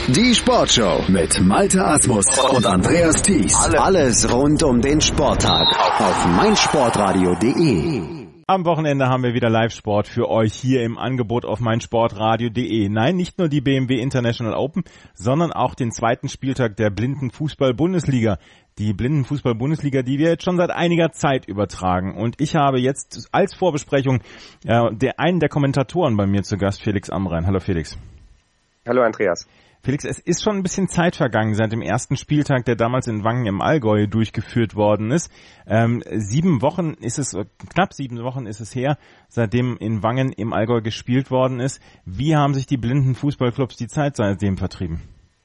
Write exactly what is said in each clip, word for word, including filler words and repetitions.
Die Sportshow mit Malte Asmus und Andreas Thies. Alles rund um den Sporttag auf meinsportradio punkt de. Am Wochenende haben wir wieder Live-Sport für euch hier im Angebot auf meinsportradio punkt de. Nein, nicht nur die B M W International Open, sondern auch den zweiten Spieltag der Blindenfußball-Bundesliga. Die Blindenfußball-Bundesliga, die wir jetzt schon seit einiger Zeit übertragen. Und ich habe jetzt als Vorbesprechung äh, der, einen der Kommentatoren bei mir zu Gast, Felix Amrain. Hallo Felix. Hallo Andreas. Felix, es ist schon ein bisschen Zeit vergangen seit dem ersten Spieltag, der damals in Wangen im Allgäu durchgeführt worden ist. Ähm, sieben Wochen ist es, knapp sieben Wochen ist es her, seitdem in Wangen im Allgäu gespielt worden ist. Wie haben sich die blinden Fußballclubs die Zeit seitdem vertrieben?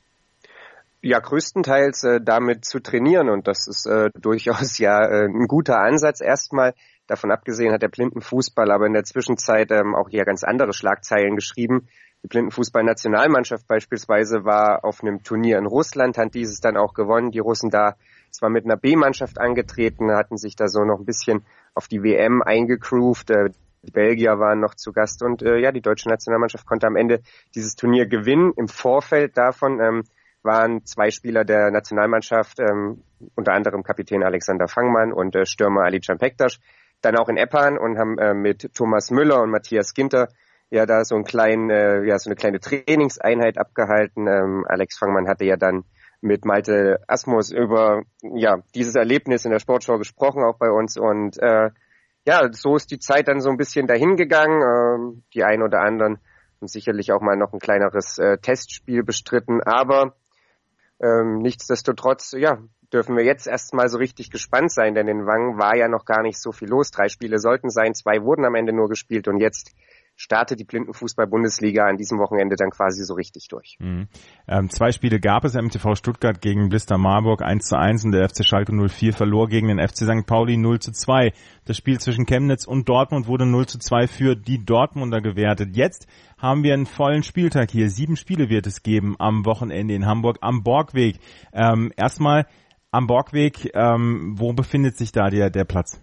Ja, größtenteils äh, damit zu trainieren, und das ist äh, durchaus ja äh, ein guter Ansatz erstmal. Davon abgesehen hat der Blindenfußball aber in der Zwischenzeit ähm, auch hier ganz andere Schlagzeilen geschrieben. Die Blindenfußball-Nationalmannschaft beispielsweise war auf einem Turnier in Russland, hat dieses dann auch gewonnen. Die Russen da zwar mit einer B-Mannschaft angetreten, hatten sich da so noch ein bisschen auf die W M eingegroovt. Äh, die Belgier waren noch zu Gast und äh, ja, die deutsche Nationalmannschaft konnte am Ende dieses Turnier gewinnen. Im Vorfeld davon ähm, waren zwei Spieler der Nationalmannschaft, ähm, unter anderem Kapitän Alexander Fangmann und äh, Stürmer Alican Pektas, dann auch in Eppan und haben äh, mit Thomas Müller und Matthias Ginter ja da so einen kleinen, äh, ja so eine kleine Trainingseinheit abgehalten. Ähm, Alex Fangmann hatte ja dann mit Malte Asmus über ja dieses Erlebnis in der Sportschau gesprochen, auch bei uns, und äh, ja, so ist die Zeit dann so ein bisschen dahin gegangen. Ähm, die einen oder anderen haben sicherlich auch mal noch ein kleineres äh, Testspiel bestritten, aber ähm, nichtsdestotrotz, ja, dürfen wir jetzt erstmal so richtig gespannt sein, denn in Wangen war ja noch gar nicht so viel los. Drei Spiele sollten sein, zwei wurden am Ende nur gespielt und jetzt startet die Blindenfußball-Bundesliga an diesem Wochenende dann quasi so richtig durch. Mhm. Ähm, zwei Spiele gab es, M T V Stuttgart gegen Blister Marburg eins zu eins und der F C Schalke null vier verlor gegen den F C Sankt Pauli null zu zwei. Das Spiel zwischen Chemnitz und Dortmund wurde null zu zwei für die Dortmunder gewertet. Jetzt haben wir einen vollen Spieltag hier. Sieben Spiele wird es geben am Wochenende in Hamburg am Borgweg. Ähm, erstmal am Borgweg, ähm, wo befindet sich da der, der Platz?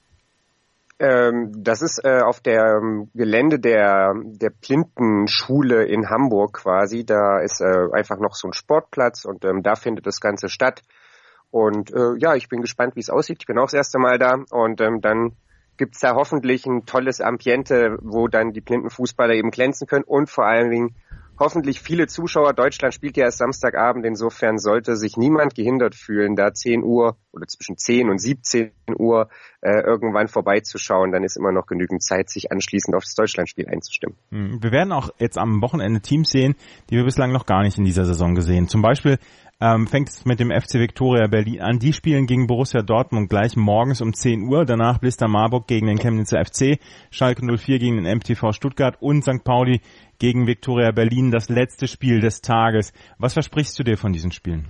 Ähm, das ist äh, auf dem Gelände der der Blindenschule in Hamburg quasi. Da ist äh, einfach noch so ein Sportplatz und ähm, da findet das Ganze statt. Und äh, ja, ich bin gespannt, wie es aussieht. Ich bin auch das erste Mal da und ähm, dann gibt's da hoffentlich ein tolles Ambiente, wo dann die Blindenfußballer eben glänzen können und vor allen Dingen hoffentlich viele Zuschauer. Deutschland spielt ja erst Samstagabend, insofern sollte sich niemand gehindert fühlen, da zehn Uhr oder zwischen zehn und siebzehn Uhr äh, irgendwann vorbeizuschauen. Dann ist immer noch genügend Zeit, sich anschließend auf das Deutschlandspiel einzustimmen. Wir werden auch jetzt am Wochenende Teams sehen, die wir bislang noch gar nicht in dieser Saison gesehen. Zum Beispiel ähm, fängt es mit dem F C Viktoria Berlin an. Die spielen gegen Borussia Dortmund gleich morgens um zehn Uhr. Danach Blister Marburg gegen den Chemnitzer F C, Schalke null vier gegen den M T V Stuttgart und Sankt Pauli gegen Viktoria Berlin, das letzte Spiel des Tages. Was versprichst du dir von diesen Spielen?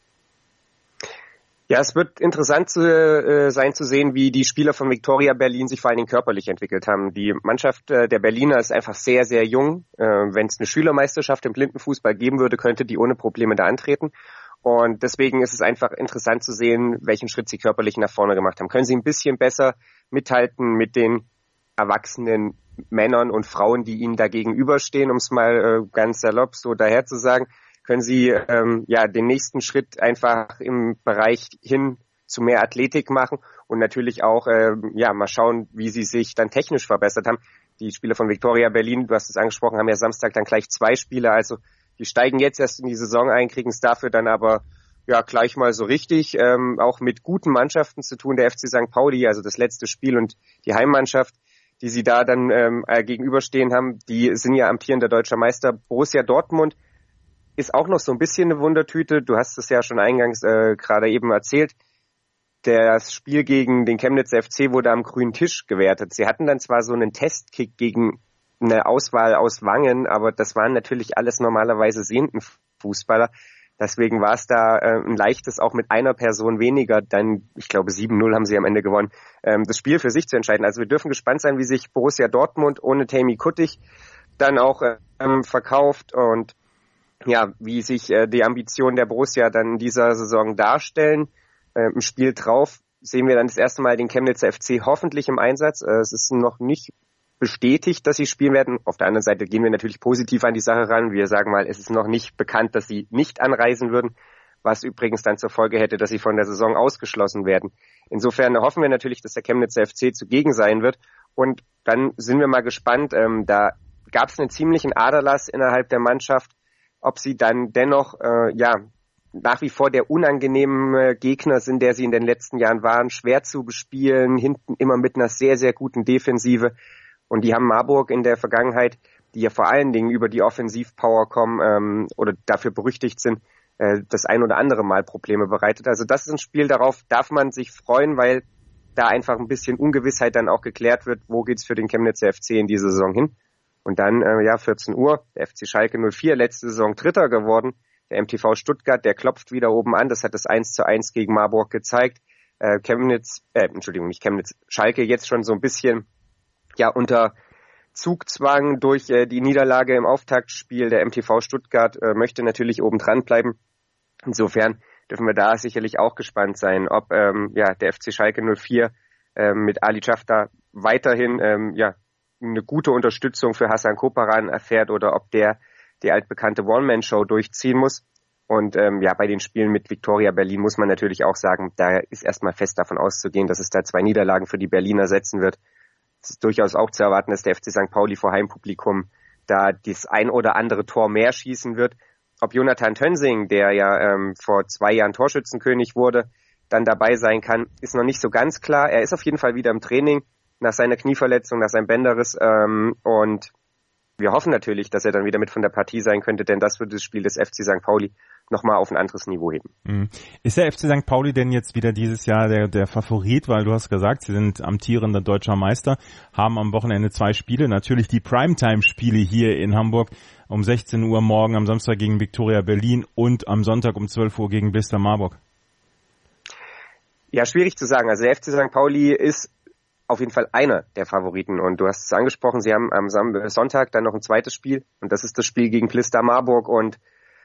Ja, es wird interessant zu, äh, sein zu sehen, wie die Spieler von Viktoria Berlin sich vor allen Dingen körperlich entwickelt haben. Die Mannschaft äh, der Berliner ist einfach sehr, sehr jung. Äh, wenn es eine Schülermeisterschaft im Blindenfußball geben würde, könnte die ohne Probleme da antreten. Und deswegen ist es einfach interessant zu sehen, welchen Schritt sie körperlich nach vorne gemacht haben. Können sie ein bisschen besser mithalten mit den erwachsenen Männern und Frauen, die ihnen da gegenüberstehen, um es mal äh, ganz salopp so daher zu sagen? Können sie ähm, ja den nächsten Schritt einfach im Bereich hin zu mehr Athletik machen und natürlich auch äh, ja mal schauen, wie sie sich dann technisch verbessert haben. Die Spieler von Viktoria Berlin, du hast es angesprochen, haben ja Samstag dann gleich zwei Spiele, also die steigen jetzt erst in die Saison ein, kriegen es dafür dann aber ja gleich mal so richtig, ähm, auch mit guten Mannschaften zu tun. Der F C Sankt Pauli, also das letzte Spiel, und die Heimmannschaft, die sie da dann ähm, äh, gegenüberstehen haben, die sind ja amtierender deutscher Meister. Borussia Dortmund ist auch noch so ein bisschen eine Wundertüte. Du hast es ja schon eingangs äh, gerade eben erzählt. Das Spiel gegen den Chemnitzer F C wurde am grünen Tisch gewertet. Sie hatten dann zwar so einen Testkick gegen eine Auswahl aus Wangen, aber das waren natürlich alles normalerweise sehenden Fußballer. Deswegen war es da äh, ein leichtes, auch mit einer Person weniger, dann, ich glaube, sieben null haben sie am Ende gewonnen, ähm, das Spiel für sich zu entscheiden. Also wir dürfen gespannt sein, wie sich Borussia Dortmund ohne Tammy Kuttig dann auch ähm, verkauft und ja, wie sich äh, die Ambitionen der Borussia dann in dieser Saison darstellen. Äh, Im Spiel drauf sehen wir dann das erste Mal den Chemnitzer F C hoffentlich im Einsatz. Äh, es ist noch nicht bestätigt, dass sie spielen werden. Auf der anderen Seite gehen wir natürlich positiv an die Sache ran. Wir sagen mal, es ist noch nicht bekannt, dass sie nicht anreisen würden, was übrigens dann zur Folge hätte, dass sie von der Saison ausgeschlossen werden. Insofern hoffen wir natürlich, dass der Chemnitzer F C zugegen sein wird. Und dann sind wir mal gespannt. Ähm, da gab es einen ziemlichen Aderlass innerhalb der Mannschaft, ob sie dann dennoch äh, ja nach wie vor der unangenehme Gegner sind, der sie in den letzten Jahren waren, schwer zu bespielen, hinten immer mit einer sehr, sehr guten Defensive. Und die haben Marburg in der Vergangenheit, die ja vor allen Dingen über die Offensivpower kommen ähm, oder dafür berüchtigt sind, äh, das ein oder andere Mal Probleme bereitet. Also das ist ein Spiel, darauf darf man sich freuen, weil da einfach ein bisschen Ungewissheit dann auch geklärt wird, wo geht's für den Chemnitzer F C in diese Saison hin. Und dann, äh, ja, vierzehn Uhr, der F C Schalke null vier, letzte Saison Dritter geworden. Der M T V Stuttgart, der klopft wieder oben an. Das hat das eins zu eins gegen Marburg gezeigt. Äh, Chemnitz, äh, Entschuldigung, nicht Chemnitz, Schalke jetzt schon so ein bisschen ja unter Zugzwang durch äh, die Niederlage im Auftaktspiel. Der M T V Stuttgart äh, möchte natürlich oben dran bleiben. Insofern dürfen wir da sicherlich auch gespannt sein, ob ähm, ja der F C Schalke null vier äh, mit Ali Cafta weiterhin ähm, ja eine gute Unterstützung für Hasan Koparan erfährt oder ob der die altbekannte One-Man-Show durchziehen muss. Und ähm, ja, bei den Spielen mit Viktoria Berlin muss man natürlich auch sagen, da ist erstmal fest davon auszugehen, dass es da zwei Niederlagen für die Berliner setzen wird. Es ist durchaus auch zu erwarten, dass der F C Sankt Pauli vor Heimpublikum da das ein oder andere Tor mehr schießen wird. Ob Jonathan Tönsing, der ja ähm, vor zwei Jahren Torschützenkönig wurde, dann dabei sein kann, ist noch nicht so ganz klar. Er ist auf jeden Fall wieder im Training nach seiner Knieverletzung, nach seinem Bänderriss ähm, und wir hoffen natürlich, dass er dann wieder mit von der Partie sein könnte, denn das würde das Spiel des F C Sankt Pauli nochmal auf ein anderes Niveau heben. Ist der F C Sankt Pauli denn jetzt wieder dieses Jahr der, der Favorit? Weil du hast gesagt, sie sind amtierender deutscher Meister, haben am Wochenende zwei Spiele, natürlich die Primetime-Spiele hier in Hamburg um sechzehn Uhr morgen am Samstag gegen Viktoria Berlin und am Sonntag um zwölf Uhr gegen Blister Marburg. Ja, schwierig zu sagen. Also der F C Sankt Pauli ist auf jeden Fall einer der Favoriten. Und du hast es angesprochen, sie haben am Sonntag dann noch ein zweites Spiel. Und das ist das Spiel gegen Blister Marburg. Und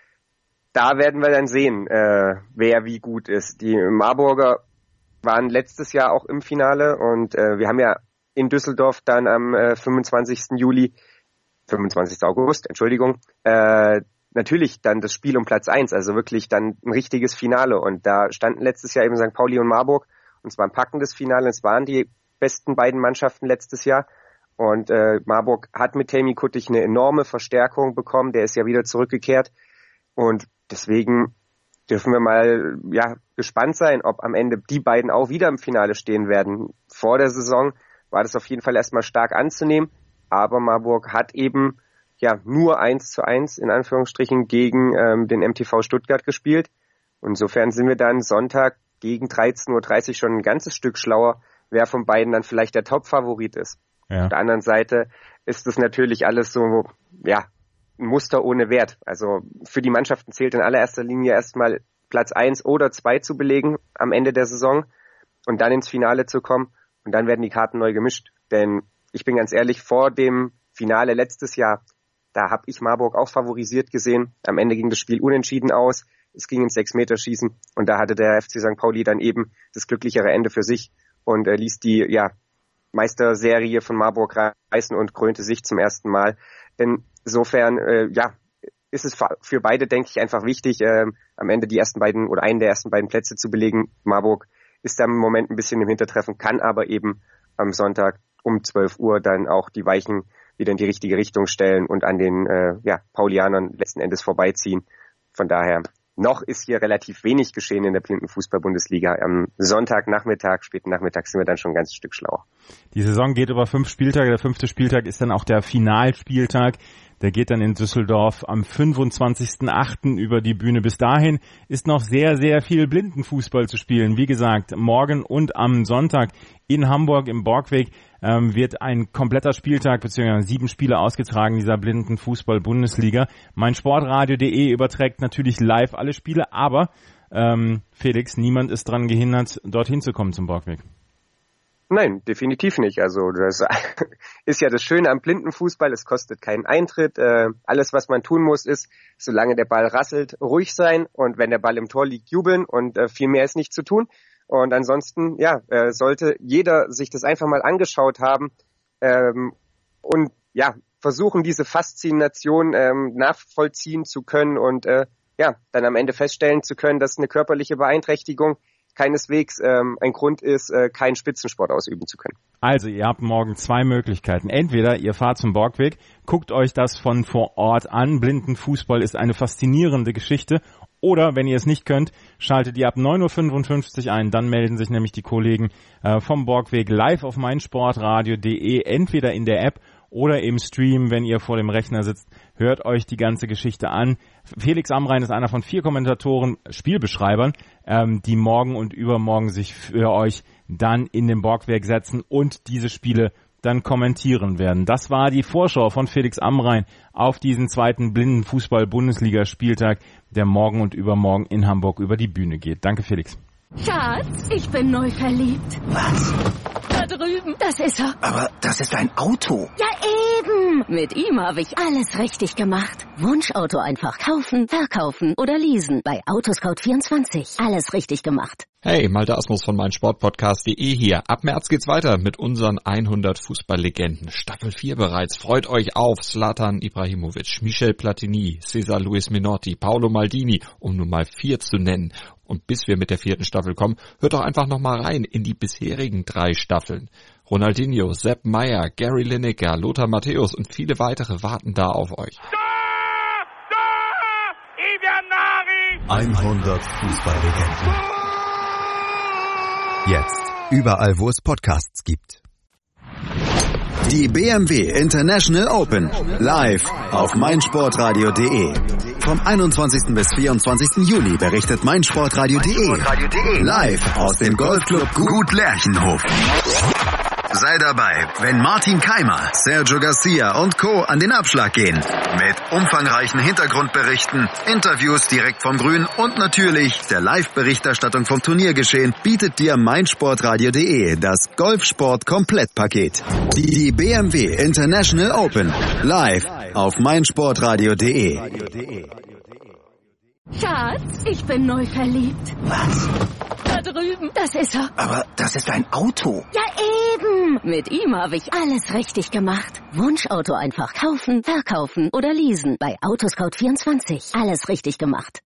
da werden wir dann sehen, äh, wer wie gut ist. Die Marburger waren letztes Jahr auch im Finale. Und äh, wir haben ja in Düsseldorf dann am äh, fünfundzwanzigsten Juli, fünfundzwanzigsten August, Entschuldigung, äh, natürlich dann das Spiel um Platz eins. Also wirklich dann ein richtiges Finale. Und da standen letztes Jahr eben Sankt Pauli und Marburg. Und zwar ein packendes Finale. Es waren die besten beiden Mannschaften letztes Jahr. Und äh, Marburg hat mit Tammy Kuttig eine enorme Verstärkung bekommen. Der ist ja wieder zurückgekehrt. Und deswegen dürfen wir mal ja gespannt sein, ob am Ende die beiden auch wieder im Finale stehen werden. Vor der Saison war das auf jeden Fall erstmal stark anzunehmen. Aber Marburg hat eben ja nur eins zu eins in Anführungsstrichen gegen ähm, den M T V Stuttgart gespielt. Und insofern sind wir dann Sonntag gegen dreizehn Uhr dreißig schon ein ganzes Stück schlauer, wer von beiden dann vielleicht der Top-Favorit ist. Ja. Auf der anderen Seite ist das natürlich alles so, ja, ein Muster ohne Wert. Also für die Mannschaften zählt in allererster Linie erstmal Platz eins oder zwei zu belegen am Ende der Saison und dann ins Finale zu kommen und dann werden die Karten neu gemischt. Denn ich bin ganz ehrlich, vor dem Finale letztes Jahr, da habe ich Marburg auch favorisiert gesehen. Am Ende ging das Spiel unentschieden aus. Es ging ins Sechs-Meter-Schießen und da hatte der F C Sankt Pauli dann eben das glücklichere Ende für sich und äh, ließ die ja Meisterserie von Marburg reißen und krönte sich zum ersten Mal. Insofern äh, ja ist es für beide, denke ich, einfach wichtig, äh, am Ende die ersten beiden oder einen der ersten beiden Plätze zu belegen. Marburg ist da im Moment ein bisschen im Hintertreffen, kann aber eben am Sonntag um zwölf Uhr dann auch die Weichen wieder in die richtige Richtung stellen und an den äh, ja, Paulianern letzten Endes vorbeiziehen. Von daher noch ist hier relativ wenig geschehen in der Blindenfußball-Bundesliga. Am Sonntagnachmittag, späten Nachmittag sind wir dann schon ein ganzes Stück schlauer. Die Saison geht über fünf Spieltage. Der fünfte Spieltag ist dann auch der Finalspieltag. Der geht dann in Düsseldorf am fünfundzwanzigsten achten über die Bühne. Bis dahin ist noch sehr, sehr viel Blindenfußball zu spielen. Wie gesagt, morgen und am Sonntag in Hamburg im Borgweg ähm, wird ein kompletter Spieltag bzw. sieben Spiele ausgetragen dieser Blindenfußball-Bundesliga. Mein Sportradio punkt de überträgt natürlich live alle Spiele, aber ähm, Felix, niemand ist daran gehindert, dorthin zu kommen zum Borgweg. Nein, definitiv nicht. Also das ist ja das Schöne am Blindenfußball, es kostet keinen Eintritt. Äh, alles, was man tun muss, ist, solange der Ball rasselt, ruhig sein und wenn der Ball im Tor liegt, jubeln und äh, viel mehr ist nicht zu tun. Und ansonsten, ja, äh, sollte jeder sich das einfach mal angeschaut haben, ähm, und ja, versuchen diese Faszination ähm, nachvollziehen zu können und äh, ja, dann am Ende feststellen zu können, dass eine körperliche Beeinträchtigung keineswegs ähm, ein Grund ist, äh, keinen Spitzensport ausüben zu können. Also, ihr habt morgen zwei Möglichkeiten. Entweder ihr fahrt zum Borgweg, guckt euch das von vor Ort an. Blindenfußball ist eine faszinierende Geschichte. Oder, wenn ihr es nicht könnt, schaltet ihr ab neun Uhr fünfundfünfzig ein. Dann melden sich nämlich die Kollegen äh, vom Borgweg live auf meinsportradio punkt de, entweder in der App oder im Stream, wenn ihr vor dem Rechner sitzt. Hört euch die ganze Geschichte an. Felix Amrain ist einer von vier Kommentatoren, Spielbeschreibern, ähm, die morgen und übermorgen sich für euch dann in den Borgweg setzen und diese Spiele dann kommentieren werden. Das war die Vorschau von Felix Amrain auf diesen zweiten Blindenfußball-Bundesliga-Spieltag, der morgen und übermorgen in Hamburg über die Bühne geht. Danke, Felix. Schatz, ich bin neu verliebt. Was? Da drüben. Das ist er. Aber das ist ein Auto. Ja, eben. Mit ihm habe ich alles richtig gemacht. Wunschauto einfach kaufen, verkaufen oder leasen. Bei Autoscout vierundzwanzig. Alles richtig gemacht. Hey, Malte Asmus von meinsportpodcast punkt de hier. Ab März geht's weiter mit unseren hundert Fußballlegenden. Staffel vier bereits. Freut euch auf Zlatan Ibrahimovic, Michel Platini, Cesar Luis Menotti, Paolo Maldini, um nur mal vier zu nennen. Und bis wir mit der vierten Staffel kommen, hört doch einfach noch mal rein in die bisherigen drei Staffeln. Ronaldinho, Sepp Maier, Gary Lineker, Lothar Matthäus und viele weitere warten da auf euch. hundert Fußballlegenden. Jetzt überall, wo es Podcasts gibt. Die B M W International Open live auf meinsportradio punkt de. Vom einundzwanzigsten bis vierundzwanzigsten Juli berichtet meinsportradio punkt de live aus dem Golfclub Gut Lerchenhof. Sei dabei, wenn Martin Keimer, Sergio Garcia und Co. an den Abschlag gehen. Mit umfangreichen Hintergrundberichten, Interviews direkt vom Grün und natürlich der Live-Berichterstattung vom Turniergeschehen bietet dir meinsportradio punkt de das Golfsport-Komplettpaket. Die B M W International Open live auf meinsportradio punkt de. Schatz, ich bin neu verliebt. Was? Da drüben. Das ist er. Aber das ist ein Auto. Ja, eben. Mit ihm habe ich alles richtig gemacht. Wunschauto einfach kaufen, verkaufen oder leasen. Bei Autoscout vierundzwanzig. Alles richtig gemacht.